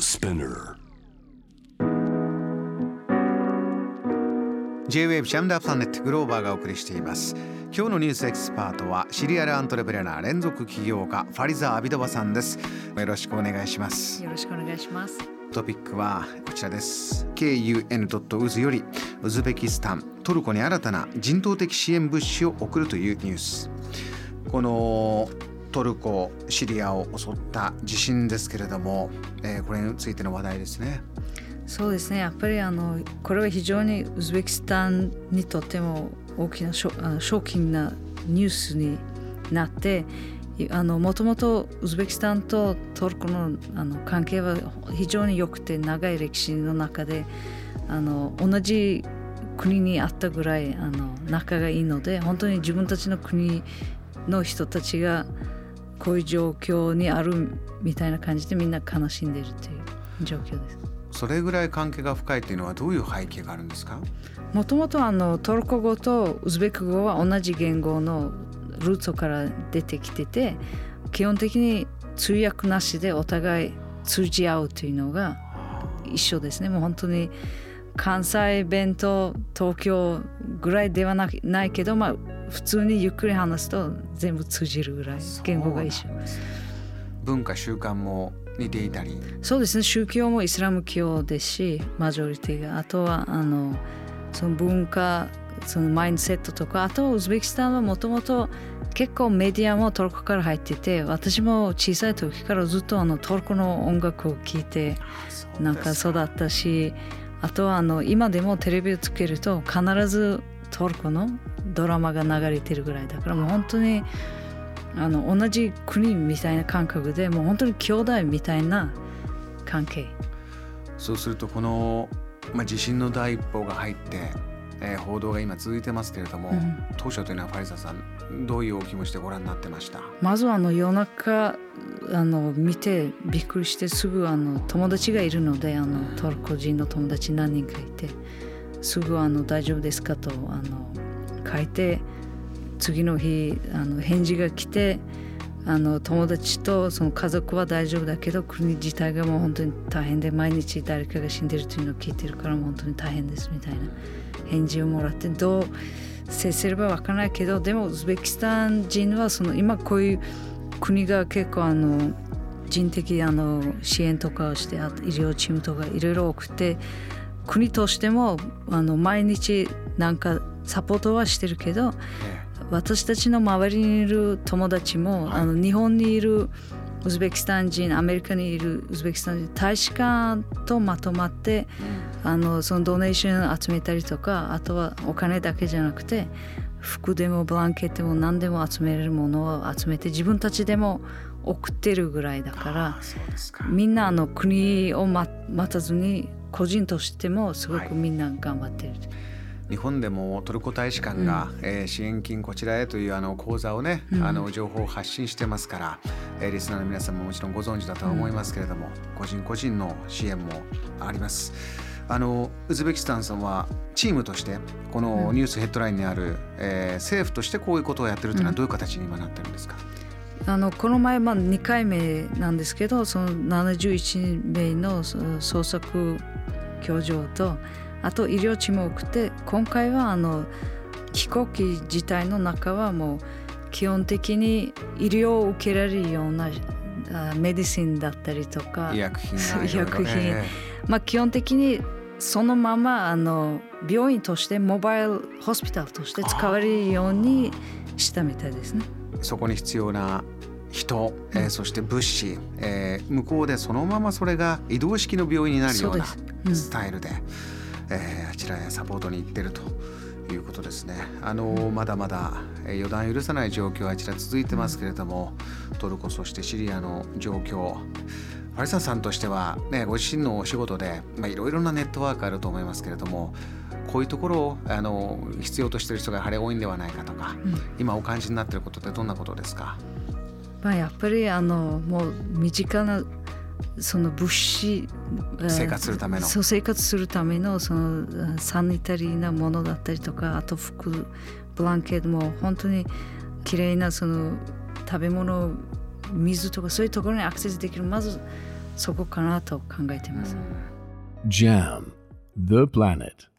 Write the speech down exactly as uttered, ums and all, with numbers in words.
Spinner J-Wave ジャムダープラネットグローバーがお送りしています。今日のニュースエキスパートはシリアルアントレプレナー連続起業家ファリザ・アビドバさんです。よろしくお願いします。 よろしくお願いします。 トピックはこちらです。 ケーユーエヌドットウズ よりウズベキスタントルコに新たな人道的支援物資を送るというニュース。このトルコシリアを襲った地震ですけれども、えー、これについての話題ですね。 そうですね、やっぱりあのこれは非常にウズベキスタンにとっても大きなショ、あのショッキングなニュースになって、あのもともとウズベキスタンとトルコ の, あの関係は非常に良くて、長い歴史の中であの同じ国にあったぐらいあの仲がいいので、本当に自分たちの国の人たちがこういう状況にあるみたいな感じでみんな悲しんでいるという状況です。 それぐらい関係が深いというのはどういう背景があるんですか？ もともとトルコ語とウズベク語は同じ言語のルーツから出てきてて、基本的に通訳なしでお互い通じ合うというのが一緒ですね。もう本当に関西弁と東京ぐらいではな い, ないけど、まあ、普通にゆっくり話すと全部通じるぐらい言語が一緒。 文化習慣も似ていたり。 そうですね、宗教もイスラム教ですし、マジョリティが、あとはあのその文化、そのマインドセットとか、あとウズベキスタンはもともと結構メディアもトルコから入ってて、私も小さい時からずっとあのトルコの音楽を聴いてなんか育ったし、あとはあの今でもテレビをつけると必ずトルコのドラマが流れてるぐらいだから、もう本当にあの同じ国みたいな感覚で、もう本当に兄弟みたいな関係。 そうするとこの、まあ、地震の第一報が入って、えー、報道が今続いてますけれども、うん、当初というのはファリザさんどういうお気持ちでご覧になってました？ まずあの夜中あの見てびっくりして、すぐあの友達がいるので、あのトルコ人の友達何人かいて、すぐあの大丈夫ですかとあの書いて、次の日あの返事が来て、あの友達とその家族は大丈夫だけど国自体がもう本当に大変で、毎日誰かが死んでるというのを聞いてるから、もう本当に大変ですみたいな返事をもらって、どう接すればわからないけど、でもウズベキスタン人はその今こういう国が結構あの人的あの支援とかをして、あと医療チームとかいろいろ送って、国としてもあの毎日なんかサポートはしてるけど、私たちの周りにいる友達も、はい、あの日本にいるウズベキスタン人、アメリカにいるウズベキスタン人、大使館とまとまって、うん、あのそのドネーション集めたりとか、あとはお金だけじゃなくて服でもブランケットも何でも集めれるものを集めて自分たちでも送ってるぐらいだから、 そうですか。 みんなあの国を 待, 待たずに個人としてもすごくみんな頑張ってる、はい。 日本でもトルコ大使館が、うんえー、支援金こちらへというあの講座をね、うん、あの情報を発信してますから、えー、リスナーの皆さんももちろんご存知だとは思いますけれども、うん、個人個人の支援もあります。あのウズベキスタンさんはチームとしてこのニュースヘッドラインにある、うんえー、政府としてこういうことをやってるというのはどういう形に今なってるんですか？ うん、あのこの前、まあ、にかいめなんですけど、そのななじゅういちめいの捜索協状と、あと医療チームを送って、今回はあの飛行機自体の中はもう基本的に医療を受けられるようなメディシンだったりとか医薬品がいろいろ、 医薬品、まあ、基本的にそのままあの病院としてモバイルホスピタルとして使われるようにしたみたいですね。 そこに必要な人、えー、そして物資、えー、向こうでそのままそれが移動式の病院になるようなスタイルで、えー、あちらへサポートに行ってるということですね。あのー、まだまだ、えー、予断許さない状況はあちら続いてますけれども、トルコそしてシリアの状況、ファリサさんとしては、ね、ご自身のお仕事でいろいろなネットワークあると思いますけれども、こういうところをあの必要としている人がやはり多いんではないかとか、うん、今お感じになっていることってどんなことですか？ まあ、やっぱりあのもう身近なその物資、 生活するためのそう生活するためのそのサニタリーなものだったりとか、あと服、ブランケットも本当にきれいなその食べ物、水とかそういうところにアクセスできる、まずそこかなと考えてます。 ジャム The Planet